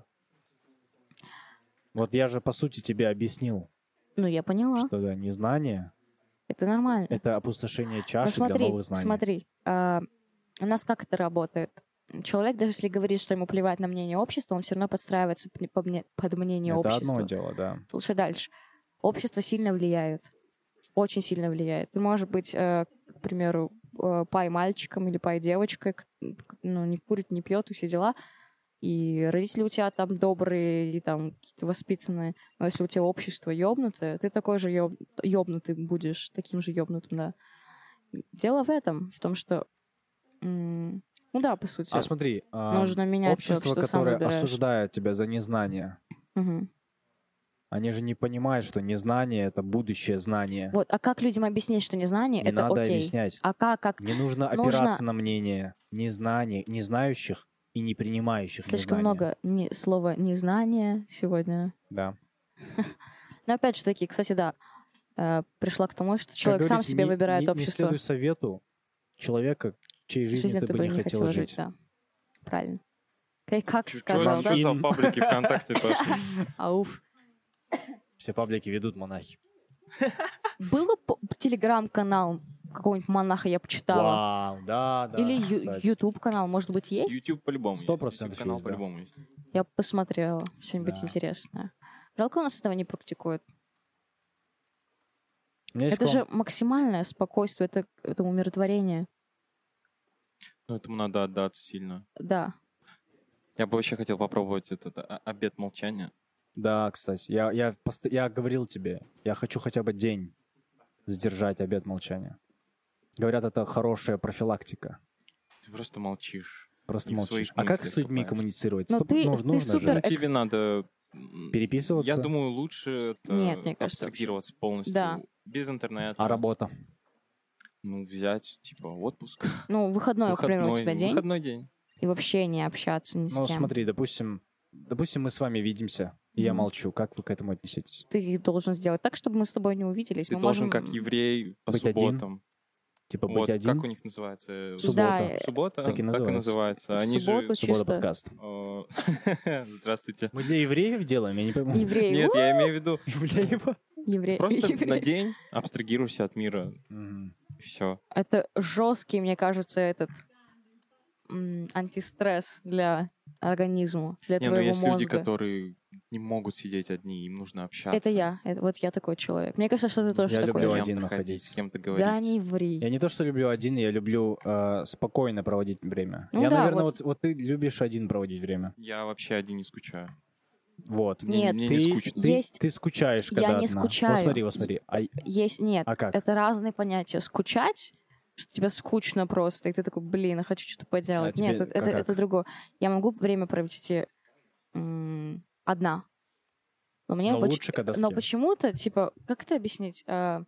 Speaker 1: Вот я же, по сути, тебе объяснил,
Speaker 2: Ну, я поняла.
Speaker 1: что да, незнание
Speaker 2: Это нормально.
Speaker 1: — это опустошение
Speaker 2: Ну,
Speaker 1: чаши для
Speaker 2: смотри,
Speaker 1: новых знаний.
Speaker 2: смотри. а, у нас как это работает? Человек, даже если говорит, что ему плевать на мнение общества, он все равно подстраивается п- по мне- под мнение
Speaker 1: Это
Speaker 2: общества.
Speaker 1: одно дело, да.
Speaker 2: Слушай дальше. Общество сильно влияет. Очень сильно влияет. Ты можешь быть, э, к примеру, э, пай-мальчиком или пай-девочкой, к- к- ну, не курит, не пьет, и все дела. И родители у тебя там добрые, и там какие-то воспитанные. Но если у тебя общество ёбнутое, ты такой же ёб... ёбнутый будешь, таким же ёбнутым, да. Дело в этом, в том, что... м, ну да, по сути.
Speaker 1: А смотри, а,
Speaker 2: Нужно менять всё,
Speaker 1: общество,
Speaker 2: что ты сам
Speaker 1: которое
Speaker 2: выбираешь.
Speaker 1: осуждает тебя за незнание,
Speaker 2: Мгм.
Speaker 1: они же не понимают, что незнание — это будущее знание.
Speaker 2: Вот, а как людям объяснить, что незнание
Speaker 1: Не
Speaker 2: это
Speaker 1: надо
Speaker 2: окей?
Speaker 1: объяснять.
Speaker 2: А как, как
Speaker 1: Не нужно
Speaker 2: Нужно-
Speaker 1: опираться на мнение незнания, не знающих и не принимающих
Speaker 2: слишком
Speaker 1: незнания.
Speaker 2: много не, слова незнания сегодня.
Speaker 1: Да.
Speaker 2: Но опять же таки, кстати, да, э, пришла к тому, что
Speaker 1: Как
Speaker 2: человек сам
Speaker 1: говорится,
Speaker 2: себе
Speaker 1: не-
Speaker 2: выбирает
Speaker 1: не, Не
Speaker 2: общество.
Speaker 1: следуй совету человека, чьей жизнью
Speaker 2: Жизнь
Speaker 1: ты бы не хотел жить.
Speaker 2: да. Правильно. Как, как
Speaker 3: Чё- чё-
Speaker 2: сказал,
Speaker 3: чё
Speaker 2: да?
Speaker 3: за паблики ВКонтакте пошли?
Speaker 2: Ауф.
Speaker 1: Все паблики ведут монахи.
Speaker 2: Было по- телеграм-канал какого-нибудь монаха, я почитала.
Speaker 1: Вау, да, да.
Speaker 2: Или ю-
Speaker 1: кстати.
Speaker 2: ютуб-канал, может быть, есть?
Speaker 3: YouTube по-любому
Speaker 1: Сто
Speaker 3: есть.
Speaker 1: процентов
Speaker 3: YouTube-канал
Speaker 1: есть, да.
Speaker 3: по-любому есть.
Speaker 2: Я бы посмотрела что-нибудь
Speaker 1: Да.
Speaker 2: интересное. Жалко, у нас этого не практикуют.
Speaker 1: У меня есть
Speaker 2: Это
Speaker 1: к
Speaker 2: же
Speaker 1: вам-
Speaker 2: максимальное спокойствие, это, это умиротворение.
Speaker 3: Но этому надо отдаться сильно.
Speaker 2: Да.
Speaker 3: Я бы вообще хотел попробовать этот а- обет молчания.
Speaker 1: Да, кстати, я, я, пост- я говорил тебе, я хочу хотя бы день сдержать обет молчания. Говорят, это хорошая профилактика.
Speaker 3: Ты просто молчишь.
Speaker 1: Просто
Speaker 3: И в
Speaker 1: молчишь.
Speaker 3: своих
Speaker 1: А как
Speaker 3: мыслях
Speaker 1: с людьми
Speaker 3: копаешься.
Speaker 1: коммуницировать?
Speaker 2: Но
Speaker 1: Стоп,
Speaker 2: ты-
Speaker 1: ну,
Speaker 2: ты
Speaker 1: нужно же.
Speaker 2: супер-
Speaker 3: Ну,
Speaker 2: эк-
Speaker 3: тебе надо... м,
Speaker 1: Переписываться?
Speaker 3: Я думаю, лучше это
Speaker 2: Нет, мне кажется,
Speaker 3: абстрагироваться полностью.
Speaker 2: Да.
Speaker 3: Без интернета.
Speaker 1: А работа?
Speaker 3: Ну, взять, типа, отпуск.
Speaker 2: Ну, выходной, к примеру, у
Speaker 3: Выходной,
Speaker 2: тебя день,
Speaker 3: выходной день.
Speaker 2: и вообще не общаться ни с
Speaker 1: Ну,
Speaker 2: кем.
Speaker 1: смотри, допустим, допустим, мы с вами видимся, и я
Speaker 2: Мгм.
Speaker 1: молчу. Как вы к этому отнесетесь?
Speaker 2: Ты должен сделать так, чтобы мы с тобой не увиделись.
Speaker 3: Ты
Speaker 2: мы
Speaker 3: должен,
Speaker 2: можем...
Speaker 3: как еврей, по
Speaker 1: быть один?
Speaker 3: субботам.
Speaker 1: Типа
Speaker 3: Вот,
Speaker 1: быть один?
Speaker 3: как у них называется? э,
Speaker 1: Суббота.
Speaker 2: Да, э,
Speaker 3: Суббота?
Speaker 1: Так и называется.
Speaker 3: называется.
Speaker 2: В
Speaker 3: Они
Speaker 2: субботу
Speaker 3: же...
Speaker 1: Суббота
Speaker 2: чисто
Speaker 1: подкаст.
Speaker 3: э, Здравствуйте.
Speaker 1: Мы для евреев делаем, я не пойму.
Speaker 2: евреи.
Speaker 3: Нет, я имею в виду,
Speaker 1: Евреева?
Speaker 2: Евреи.
Speaker 3: просто
Speaker 2: евреи.
Speaker 3: на день абстрагируешься от мира.
Speaker 1: Мгм.
Speaker 3: И все.
Speaker 2: Это жесткий, мне кажется, этот м, антистресс для организма, для
Speaker 3: Не, ну
Speaker 2: твоего
Speaker 3: есть
Speaker 2: мозга.
Speaker 3: люди, которые не могут сидеть одни, им нужно общаться.
Speaker 2: Это я. Это, вот я такой человек. Мне кажется, что ты тоже
Speaker 1: Я
Speaker 2: такой.
Speaker 1: люблю
Speaker 2: же.
Speaker 3: С
Speaker 1: один
Speaker 3: кем-то ходить,
Speaker 1: находить.
Speaker 3: с кем-то говорить.
Speaker 2: Да не ври.
Speaker 1: Я не то, что люблю один, я люблю э, спокойно проводить время.
Speaker 2: Ну
Speaker 1: я,
Speaker 2: да,
Speaker 1: наверное,
Speaker 2: вот.
Speaker 1: вот... Вот, ты любишь один проводить время.
Speaker 3: Я вообще один не скучаю.
Speaker 1: Вот.
Speaker 3: Мне,
Speaker 2: Нет,
Speaker 3: мне
Speaker 1: ты,
Speaker 3: не скучно.
Speaker 1: ты,
Speaker 2: Есть-
Speaker 1: ты скучаешь,
Speaker 2: Я
Speaker 1: когда
Speaker 2: не
Speaker 1: одна.
Speaker 2: скучаю.
Speaker 1: Вот смотри, вот смотри. А,
Speaker 2: Есть, нет,
Speaker 1: а как?
Speaker 2: это разные понятия. Скучать, что тебе скучно просто, и ты такой, блин, я хочу что-то поделать.
Speaker 1: А тебе
Speaker 2: Нет, это,
Speaker 1: как-
Speaker 2: это,
Speaker 1: как?
Speaker 2: это другое. Я могу время провести м, одна. Но мне
Speaker 1: Но
Speaker 2: поч-
Speaker 1: лучше, когда с
Speaker 2: Но
Speaker 1: кем.
Speaker 2: почему-то, типа, как это объяснить? А,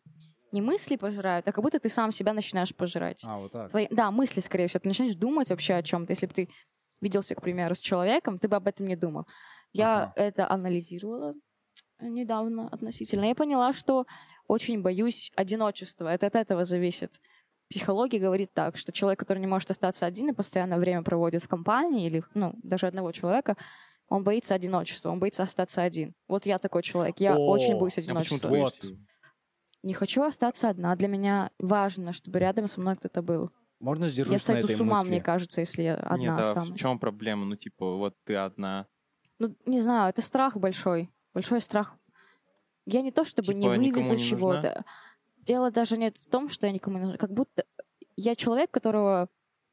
Speaker 2: не мысли пожирают, а как будто ты сам себя начинаешь пожирать.
Speaker 1: А, вот так.
Speaker 2: Твои, да, мысли, скорее всего. Ты начинаешь думать вообще о чем-то. Если бы ты виделся, к примеру, с человеком, ты бы об этом не думал. Я
Speaker 1: Ага.
Speaker 2: это анализировала недавно относительно. Я поняла, что очень боюсь одиночества. Это от этого зависит. Психология говорит так, что человек, который не может остаться один и постоянно время проводит в компании, или ну, даже одного человека, он боится одиночества, он боится остаться один. Вот я такой человек. Я
Speaker 1: О,
Speaker 2: очень боюсь
Speaker 3: А почему ты
Speaker 2: одиночества.
Speaker 3: боишься?
Speaker 2: Не хочу остаться одна. Для меня важно, чтобы рядом со мной кто-то был.
Speaker 1: Можно
Speaker 2: Я
Speaker 1: сдержусь на
Speaker 2: сойду
Speaker 1: этой
Speaker 2: с ума,
Speaker 1: мысли?
Speaker 2: мне кажется, если я одна
Speaker 3: Нет, а в
Speaker 2: останусь.
Speaker 3: чем проблема? Ну, типа, вот ты одна.
Speaker 2: Ну, не знаю, это страх большой. Большой страх. Я не то, чтобы не
Speaker 3: Типа никому
Speaker 2: вывезу
Speaker 3: не
Speaker 2: чего-то. Дело даже нет в том, что я никому не нужна. Как будто я человек, которого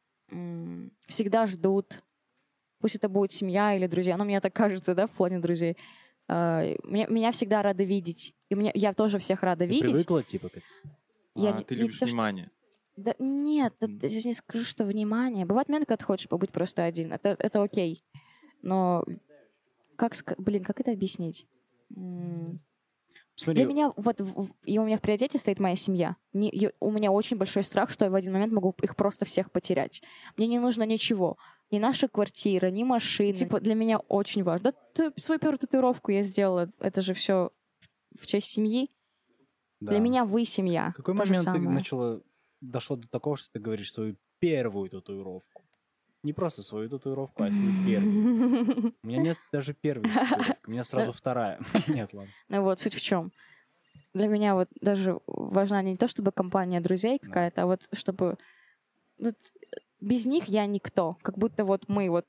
Speaker 2: м, всегда ждут. Пусть это будет семья или друзья. Но мне так кажется, да, в плане друзей. А, меня, меня всегда рады видеть. И мне, я тоже всех рада
Speaker 1: Ты
Speaker 2: видеть.
Speaker 1: привыкла, типа, к
Speaker 2: Я
Speaker 3: а,
Speaker 2: не-
Speaker 3: ты
Speaker 2: не
Speaker 3: любишь
Speaker 2: то, что-
Speaker 3: внимание.
Speaker 2: Да нет, это-
Speaker 3: М.
Speaker 2: я здесь не скажу, что внимание. Бывает момент, когда ты хочешь побыть просто один. Это, это окей. Но как, ска- блин, как это объяснить? М,
Speaker 1: Смотри,
Speaker 2: Для меня вот в- в- и у меня в приоритете стоит моя семья. Не- и у меня очень большой страх, что я в один момент могу их просто всех потерять. Мне не нужно ничего. Ни наша квартира, ни машины. Типа для меня очень важно. Да, ты- свою первую татуировку я сделала. Это же все в честь семьи.
Speaker 1: да.
Speaker 2: Для меня вы семья.
Speaker 1: В какой
Speaker 2: То же
Speaker 1: момент ты
Speaker 2: самое.
Speaker 1: начала, дошло до такого, что ты говоришь свою первую татуировку? Не просто свою татуировку, а свою первую. У меня нет даже первой татуировки, у меня сразу вторая. Нет, ладно.
Speaker 2: Ну вот, суть в чем. Для меня вот даже важна не то, чтобы компания друзей какая-то, а вот чтобы... вот без них я никто. Как будто вот мы вот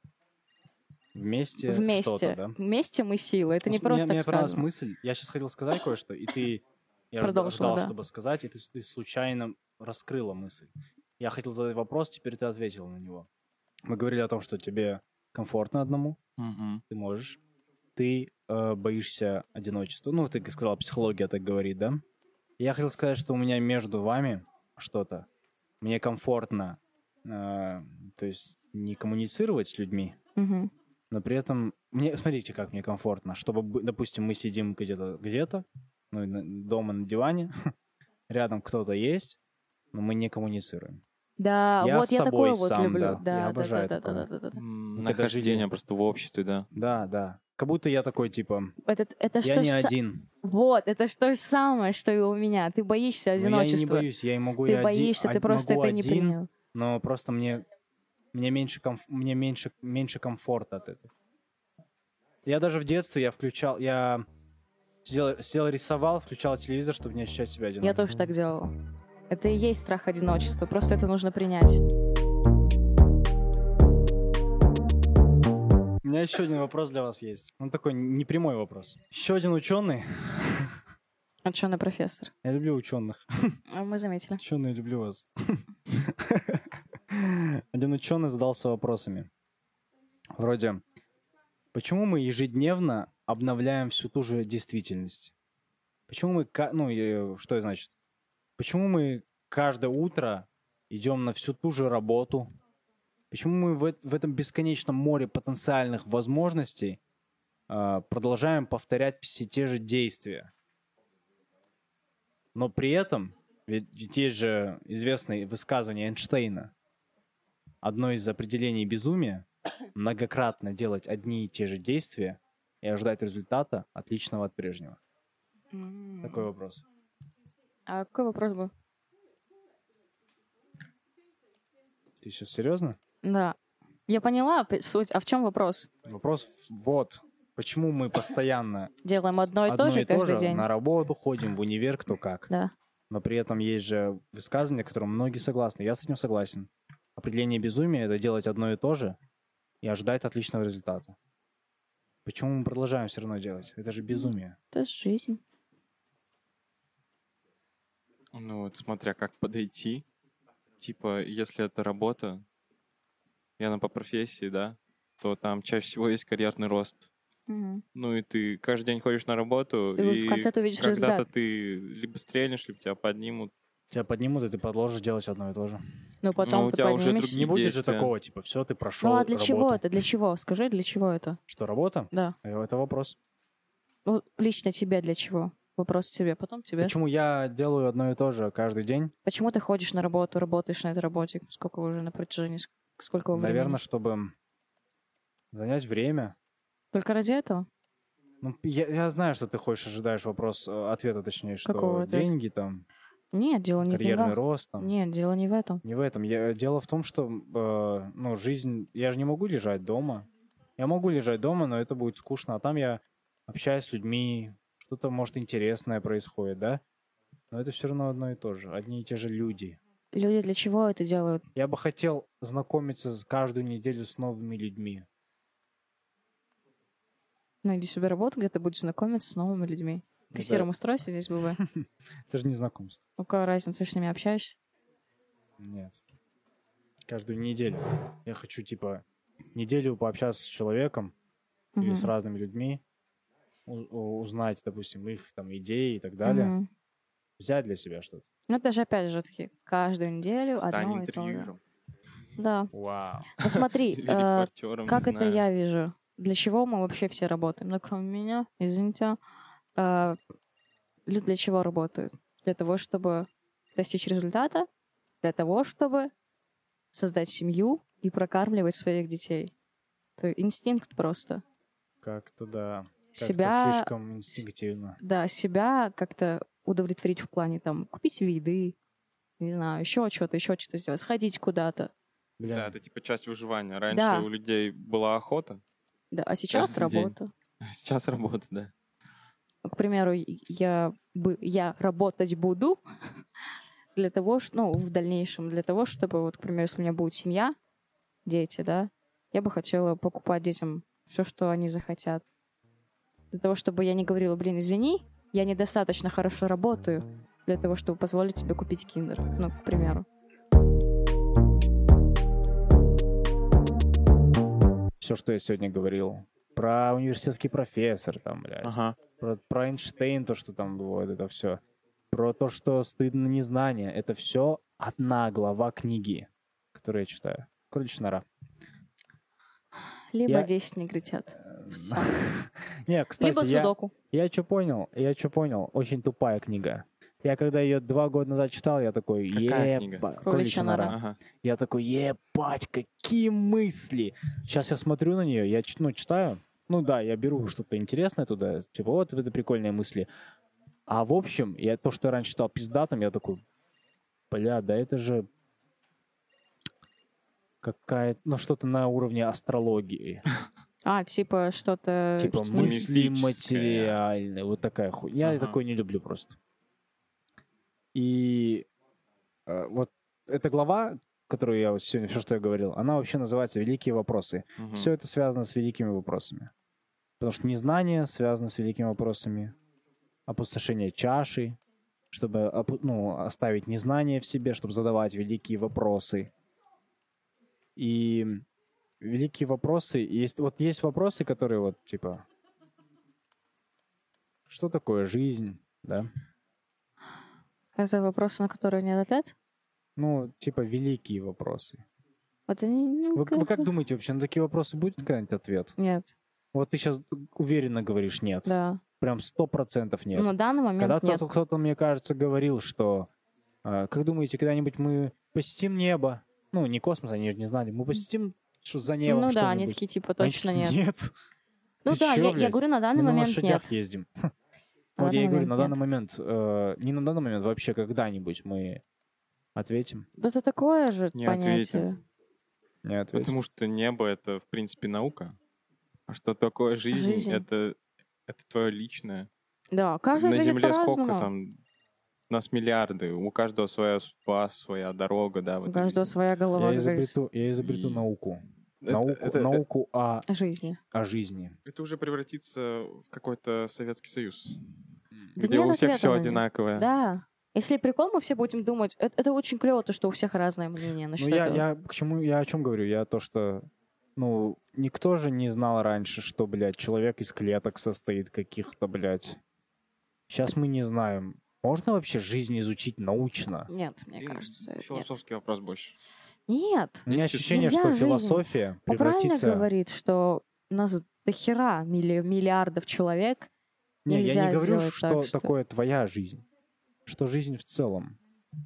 Speaker 1: Вместе,
Speaker 2: вместе.
Speaker 1: что-то, да?
Speaker 2: Вместе мы сила. Это не
Speaker 1: Ну, мне-
Speaker 2: просто
Speaker 1: Мне
Speaker 2: так
Speaker 1: понравилась
Speaker 2: сказано.
Speaker 1: мысль. Я сейчас хотел сказать кое-что, и ты... Я жд-
Speaker 2: Продолжила,
Speaker 1: ждал,
Speaker 2: да.
Speaker 1: чтобы сказать, и ты, ты случайно раскрыла мысль. Я хотел задать вопрос, теперь ты ответила на него. Мы говорили о том, что тебе комфортно одному,
Speaker 3: Мгм.
Speaker 1: ты можешь. Ты э, боишься одиночества. Ну, ты сказала, психология так говорит, да? Я хотел сказать, что у меня между вами что-то. Мне комфортно, э, то есть не коммуницировать с людьми,
Speaker 2: Мгм.
Speaker 1: но при этом, мне, смотрите, как мне комфортно, чтобы, б- допустим, мы сидим где-то, где-то, ну, на- дома на диване, рядом кто-то есть, но мы не коммуницируем.
Speaker 2: Да,
Speaker 1: Я
Speaker 2: вот
Speaker 1: с
Speaker 2: я
Speaker 1: собой
Speaker 2: такое вот
Speaker 1: сам,
Speaker 2: люблю.
Speaker 1: да.
Speaker 2: Да,
Speaker 1: Я
Speaker 2: да,
Speaker 1: обожаю
Speaker 2: да, да,
Speaker 1: такое.
Speaker 2: да, да, да, да.
Speaker 3: М,
Speaker 1: Ну, когда
Speaker 3: Нахождение
Speaker 1: живем.
Speaker 3: просто в обществе, да.
Speaker 1: Да, да. Как будто я такой, типа,
Speaker 2: Это, это
Speaker 1: я
Speaker 2: что
Speaker 1: не
Speaker 2: ж са-
Speaker 1: один.
Speaker 2: Вот, это что же самое, что и у меня. Ты боишься
Speaker 1: Но я и не
Speaker 2: одиночества.
Speaker 1: боюсь, я и могу и
Speaker 2: Ты
Speaker 1: один,
Speaker 2: боишься, ты
Speaker 1: а-
Speaker 2: просто
Speaker 1: могу
Speaker 2: это не
Speaker 1: один,
Speaker 2: принял.
Speaker 1: но просто мне, мне, меньше, комф- мне меньше, меньше комфорта от этого. Я даже в детстве я включал, я сидел, сидел рисовал, включал телевизор, чтобы не ощущать себя одиноким.
Speaker 2: Я тоже так делала. Это и есть страх одиночества. Просто это нужно принять.
Speaker 1: У меня еще один вопрос для вас есть. Он такой непрямой вопрос. Еще один ученый.
Speaker 2: Ученый профессор.
Speaker 1: Я люблю ученых.
Speaker 2: А мы заметили.
Speaker 1: Ученые, люблю вас. Один ученый задался вопросами. Вроде, почему мы ежедневно обновляем всю ту же действительность? Почему мы, ка- ну, и, что это значит? Почему мы каждое утро идем на всю ту же работу? Почему мы в, эт- в этом бесконечном море потенциальных возможностей а, продолжаем повторять все те же действия? Но при этом, ведь, ведь есть же известное высказывание Эйнштейна. Одно из определений безумия — многократно делать одни и те же действия и ожидать результата, отличного от прежнего.
Speaker 2: М.
Speaker 1: Такой вопрос.
Speaker 2: А какой вопрос был?
Speaker 1: Ты сейчас серьезно?
Speaker 2: Да. Я поняла п- суть. А в чем вопрос?
Speaker 1: Вопрос в- вот. Почему мы постоянно
Speaker 2: Делаем одно и
Speaker 1: одно
Speaker 2: то же
Speaker 1: и то
Speaker 2: каждый
Speaker 1: же
Speaker 2: день.
Speaker 1: на работу ходим, в универ, кто как.
Speaker 2: Да.
Speaker 1: Но при этом есть же высказывание, которым многие согласны. Я с этим согласен. Определение безумия — это делать одно и то же и ожидать отличного результата. Почему мы продолжаем все равно делать? Это же безумие.
Speaker 2: Это жизнь.
Speaker 3: Ну, вот смотря как подойти. Типа, если это работа, и она по профессии, да, то там чаще всего есть карьерный рост.
Speaker 2: Мгм.
Speaker 3: Ну и ты каждый день ходишь на работу,
Speaker 2: И
Speaker 3: и
Speaker 2: в конце ты увидишь
Speaker 3: когда-то
Speaker 2: результат.
Speaker 3: ты либо стрельнешь, либо тебя поднимут.
Speaker 1: Тебя поднимут, и ты продолжишь делать одно и то же.
Speaker 2: Ну, потом
Speaker 3: у
Speaker 2: ты
Speaker 3: тебя уже
Speaker 2: поднимешься.
Speaker 3: другие
Speaker 1: Не будет же
Speaker 3: действия.
Speaker 1: такого, типа, все, ты прошел
Speaker 2: Ну, а для
Speaker 1: работу.
Speaker 2: чего это? Для чего? Скажи, для чего это?
Speaker 1: Что, работа?
Speaker 2: Да.
Speaker 1: Э, Это вопрос.
Speaker 2: Ну, лично тебе для чего? Вопрос тебе, потом тебе.
Speaker 1: Почему я делаю одно и то же каждый день?
Speaker 2: Почему ты ходишь на работу, работаешь на этой работе? Сколько вы уже на протяжении, ск- сколько вы
Speaker 1: Наверное,
Speaker 2: времени?
Speaker 1: чтобы занять время.
Speaker 2: Только ради этого?
Speaker 1: Ну, я, я знаю, что ты хочешь, ожидаешь вопрос, э, ответа, точнее, что
Speaker 2: Какого ответа?
Speaker 1: деньги там,
Speaker 2: Нет, дело не в
Speaker 1: карьерный
Speaker 2: деньгах.
Speaker 1: рост там.
Speaker 2: Нет, дело не в этом.
Speaker 1: Не в этом. Я, дело в том, что, э, ну, жизнь... Я же не могу лежать дома. Я могу лежать дома, но это будет скучно. А там я общаюсь с людьми, что-то, может, интересное происходит, да? Но это все равно одно и то же. Одни и те же люди.
Speaker 2: Люди для чего это делают?
Speaker 1: Я бы хотел знакомиться с- каждую неделю с новыми людьми.
Speaker 2: Найди себе работу, где ты будешь знакомиться с новыми людьми. Кассиром устройся здесь, БВ.
Speaker 1: Это же не знакомство.
Speaker 2: У кого разница, ты же с ними общаешься?
Speaker 1: Нет. Каждую неделю. Я хочу, типа, неделю пообщаться с человеком или с
Speaker 2: Мгм.
Speaker 1: разными людьми, у- у- узнать, допустим, их там идеи и так далее.
Speaker 2: Мгм.
Speaker 1: Взять для себя что-то.
Speaker 2: Ну, это же, опять же, таки, каждую неделю
Speaker 3: Стань
Speaker 2: одно и то же.
Speaker 3: интервьюером.
Speaker 2: Да.
Speaker 1: Вау.
Speaker 2: Ну, смотри,
Speaker 3: Или
Speaker 2: э,
Speaker 3: репортером,
Speaker 2: как
Speaker 3: не
Speaker 2: это
Speaker 3: знаю.
Speaker 2: я вижу? Для чего мы вообще все работаем? Ну, кроме меня, извините. Э, Люди для чего работают? Для того, чтобы достичь результата, для того, чтобы создать семью и прокармливать своих детей. Это инстинкт просто.
Speaker 1: Как-то да. Как-то
Speaker 2: Себя,
Speaker 1: слишком инстинктивно.
Speaker 2: да, себя как-то удовлетворить в плане там купить еды, не знаю, еще что-то, еще что-то сделать, сходить куда-то.
Speaker 1: Блин,
Speaker 3: Да, это типа часть выживания. Раньше
Speaker 2: Да.
Speaker 3: у людей была охота,
Speaker 2: Да, а сейчас
Speaker 3: Каждый день.
Speaker 2: работа.
Speaker 3: а сейчас работа, да.
Speaker 2: К примеру, я, бы, я работать буду для того, что, ну, в дальнейшем, для того, чтобы, вот, к примеру, если у меня будет семья, дети, да, я бы хотела покупать детям все, что они захотят. Для того, чтобы я не говорила, блин, извини, я недостаточно хорошо работаю для того, чтобы позволить тебе купить киндер, ну, к примеру.
Speaker 1: все, что я сегодня говорил. Про университетский профессор, там, блядь.
Speaker 3: Ага.
Speaker 1: Про, про Эйнштейн, то, что там было, вот это все. Про то, что стыдно незнание. Это все одна глава книги, которую я читаю. Кроличья нора.
Speaker 2: Либо
Speaker 1: Я-
Speaker 2: десять негритят. Всё.
Speaker 1: Не, кстати,
Speaker 2: Либо
Speaker 1: я,
Speaker 2: судоку.
Speaker 1: я что понял, я что понял, очень тупая книга. Я когда ее два года назад читал, я такой,
Speaker 3: Какая книга?
Speaker 1: ебать,
Speaker 2: «Кроличья нора».
Speaker 3: Ага.
Speaker 1: Я такой, ебать, какие мысли. Сейчас я смотрю на нее, я ч- ну, читаю. Ну да, я беру что-то интересное туда, типа вот это прикольные мысли. А в общем, я то, что я раньше читал пиздатом, я такой, бля, да это же какая-то, ну что-то на уровне астрологии.
Speaker 2: А, типа что-то...
Speaker 1: Типа
Speaker 2: что-
Speaker 1: мысли
Speaker 3: мифическое.
Speaker 1: материальные, вот такая хуйня. Я
Speaker 3: Ага.
Speaker 1: такой не люблю просто. И э, вот эта глава, которую я вот сегодня, все, что я говорил, она вообще называется «Великие вопросы».
Speaker 3: Мгм.
Speaker 1: Все это связано с великими вопросами. Потому что незнание связано с великими вопросами. Опустошение чаши, чтобы опу- ну, оставить незнание в себе, чтобы задавать великие вопросы. И великие вопросы есть... Вот есть вопросы, которые вот типа... Что такое жизнь, да?
Speaker 2: Это вопросы, на которые нет ответ?
Speaker 1: Ну, типа великие вопросы.
Speaker 2: Это не... ну,
Speaker 1: Вы, вы как
Speaker 2: бы-
Speaker 1: думаете, вообще на такие вопросы будет когда-нибудь ответ?
Speaker 2: Нет,
Speaker 1: Вот ты сейчас уверенно говоришь нет.
Speaker 2: да.
Speaker 1: Прям сто процентов нет.
Speaker 2: На данный момент
Speaker 1: Когда
Speaker 2: нет.
Speaker 1: кто-то, кто-то, мне кажется, говорил, что э, как думаете, когда-нибудь мы посетим небо? Ну, не космос, они же не знали. Мы посетим что за небо
Speaker 2: Ну да, они
Speaker 1: что-нибудь?
Speaker 2: такие, типа,
Speaker 1: Они
Speaker 2: точно
Speaker 1: такие,
Speaker 2: нет.
Speaker 1: Нет.
Speaker 2: Ну
Speaker 1: Ты
Speaker 2: да,
Speaker 1: чё,
Speaker 2: я, я
Speaker 1: блядь?
Speaker 2: говорю, на данный
Speaker 1: Мы на
Speaker 2: момент
Speaker 1: лошадях
Speaker 2: нет.
Speaker 1: ездим.
Speaker 2: На
Speaker 1: Вот
Speaker 2: данный
Speaker 1: я и говорю,
Speaker 2: момент
Speaker 1: на
Speaker 2: нет.
Speaker 1: данный момент, э, не на данный момент, вообще когда-нибудь мы ответим.
Speaker 2: Да это такое же
Speaker 3: Не
Speaker 2: понятие.
Speaker 3: ответим.
Speaker 1: Не ответим.
Speaker 3: Потому что небо — это, в принципе, наука. А что такое жизнь?
Speaker 2: Жизнь.
Speaker 3: Это, это твое личное.
Speaker 2: Да, каждый
Speaker 3: На
Speaker 2: видит
Speaker 3: Земле сколько
Speaker 2: по-разному.
Speaker 3: там? Нас миллиарды. У каждого своя судьба, своя дорога, да. в
Speaker 2: У
Speaker 3: этой
Speaker 2: каждого
Speaker 3: жизни.
Speaker 2: своя голова,
Speaker 1: Я
Speaker 2: как говорится,
Speaker 1: изобрету, я изобрету
Speaker 3: И-
Speaker 1: науку.
Speaker 3: Это-
Speaker 1: Науку,
Speaker 3: это-
Speaker 1: науку о,
Speaker 2: жизни.
Speaker 1: о жизни.
Speaker 3: Это уже превратится в какой-то Советский Союз,
Speaker 2: Да
Speaker 3: где
Speaker 2: нет
Speaker 3: у всех
Speaker 2: ответа
Speaker 3: все
Speaker 2: на них.
Speaker 3: одинаковое.
Speaker 2: Да. Если прикол, мы все будем думать, это, это очень клево, то, что у всех разное мнение
Speaker 1: Ну,
Speaker 2: насчет
Speaker 1: я,
Speaker 2: этого.
Speaker 1: я к чему, я о чем говорю? Я то, что, ну, никто же не знал раньше, что, блядь, человек из клеток состоит каких-то, блядь. Сейчас мы не знаем. Можно вообще жизнь изучить научно?
Speaker 2: Нет, мне
Speaker 3: Блин,
Speaker 2: кажется, нет.
Speaker 3: Философский вопрос больше.
Speaker 2: Нет.
Speaker 1: У меня
Speaker 3: Нельзя
Speaker 1: ощущение, что
Speaker 2: жизнь.
Speaker 1: философия
Speaker 2: Он правильно
Speaker 1: превратится...
Speaker 2: говорит, что у нас до хера милли- миллиардов человек,
Speaker 1: Не,
Speaker 2: Нельзя
Speaker 1: я не говорю,
Speaker 2: сделать
Speaker 1: что
Speaker 2: так, что-
Speaker 1: такое твоя жизнь. Что жизнь в целом.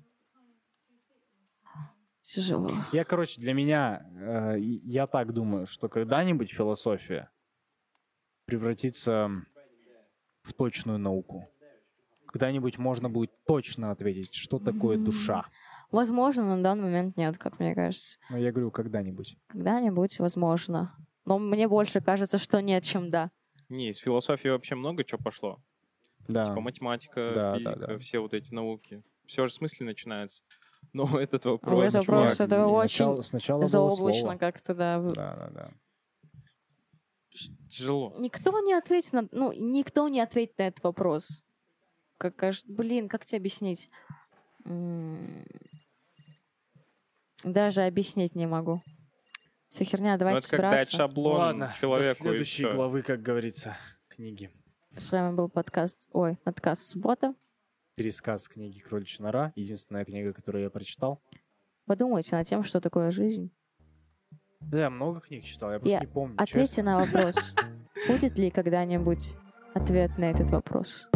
Speaker 2: Тяжело.
Speaker 1: Я, короче, для меня, э, и- я так думаю, что когда-нибудь философия превратится в точную науку. Когда-нибудь можно будет точно ответить, что такое
Speaker 2: М.
Speaker 1: душа.
Speaker 2: Возможно, на данный момент нет, как мне кажется.
Speaker 1: Но я говорю, когда-нибудь.
Speaker 2: Когда-нибудь, возможно. Но мне больше кажется, что нет, чем да.
Speaker 3: Не, из философии вообще много чего пошло.
Speaker 1: Да.
Speaker 3: Типа математика,
Speaker 1: Да, да,
Speaker 3: физика,
Speaker 1: да.
Speaker 3: все вот эти науки. Все же с мысли начинается. Но этот
Speaker 2: Ой,
Speaker 3: вопрос...
Speaker 2: это
Speaker 3: чувак,
Speaker 2: просто- это
Speaker 1: И
Speaker 2: очень
Speaker 1: начало- сначала было
Speaker 2: Заоблачно
Speaker 1: слово.
Speaker 2: как-то, да.
Speaker 1: Да, да, да.
Speaker 3: Тяжело.
Speaker 2: Никто не ответит на... Ну, никто не ответит на этот вопрос. Как, кажется, блин, как тебе объяснить? М, Даже объяснить не могу. Все херня,
Speaker 3: Ну,
Speaker 2: давайте
Speaker 3: это как дать
Speaker 2: собираться.
Speaker 3: шаблон
Speaker 1: Ладно,
Speaker 3: человеку,
Speaker 1: до следующей
Speaker 3: и всё.
Speaker 1: главы, как говорится, книги.
Speaker 2: С вами был подкаст... Ой, подкаст «Суббота».
Speaker 1: Пересказ книги «Кроличья нора». Единственная книга, которую я прочитал.
Speaker 2: Подумайте над тем, что такое жизнь.
Speaker 1: Да, я много книг читал, я просто
Speaker 2: И
Speaker 1: не помню,
Speaker 2: Ответьте
Speaker 1: честно.
Speaker 2: на вопрос, будет ли когда-нибудь ответ на этот вопрос.